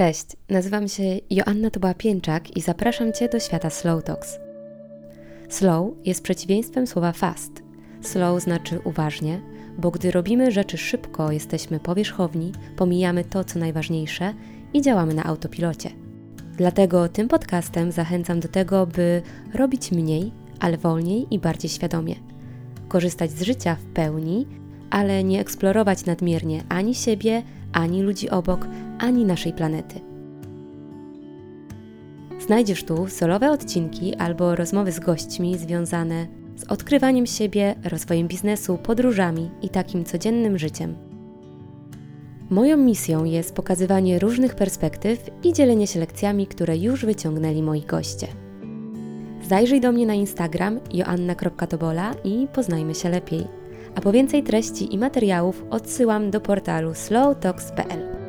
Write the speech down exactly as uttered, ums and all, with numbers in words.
Cześć, nazywam się Joanna Toboła-Pieńczak i zapraszam Cię do świata Slow Talks. Slow jest przeciwieństwem słowa fast. Slow znaczy uważnie, bo gdy robimy rzeczy szybko, jesteśmy powierzchowni, pomijamy to, co najważniejsze i działamy na autopilocie. Dlatego tym podcastem zachęcam do tego, by robić mniej, ale wolniej i bardziej świadomie. Korzystać z życia w pełni, ale nie eksplorować nadmiernie ani siebie, ani ludzi obok, ani naszej planety. Znajdziesz tu solowe odcinki albo rozmowy z gośćmi związane z odkrywaniem siebie, rozwojem biznesu, podróżami i takim codziennym życiem. Moją misją jest pokazywanie różnych perspektyw i dzielenie się lekcjami, które już wyciągnęli moi goście. Zajrzyj do mnie na Instagram joanna kropka tobola i poznajmy się lepiej. A po więcej treści i materiałów odsyłam do portalu slow talks kropka p l.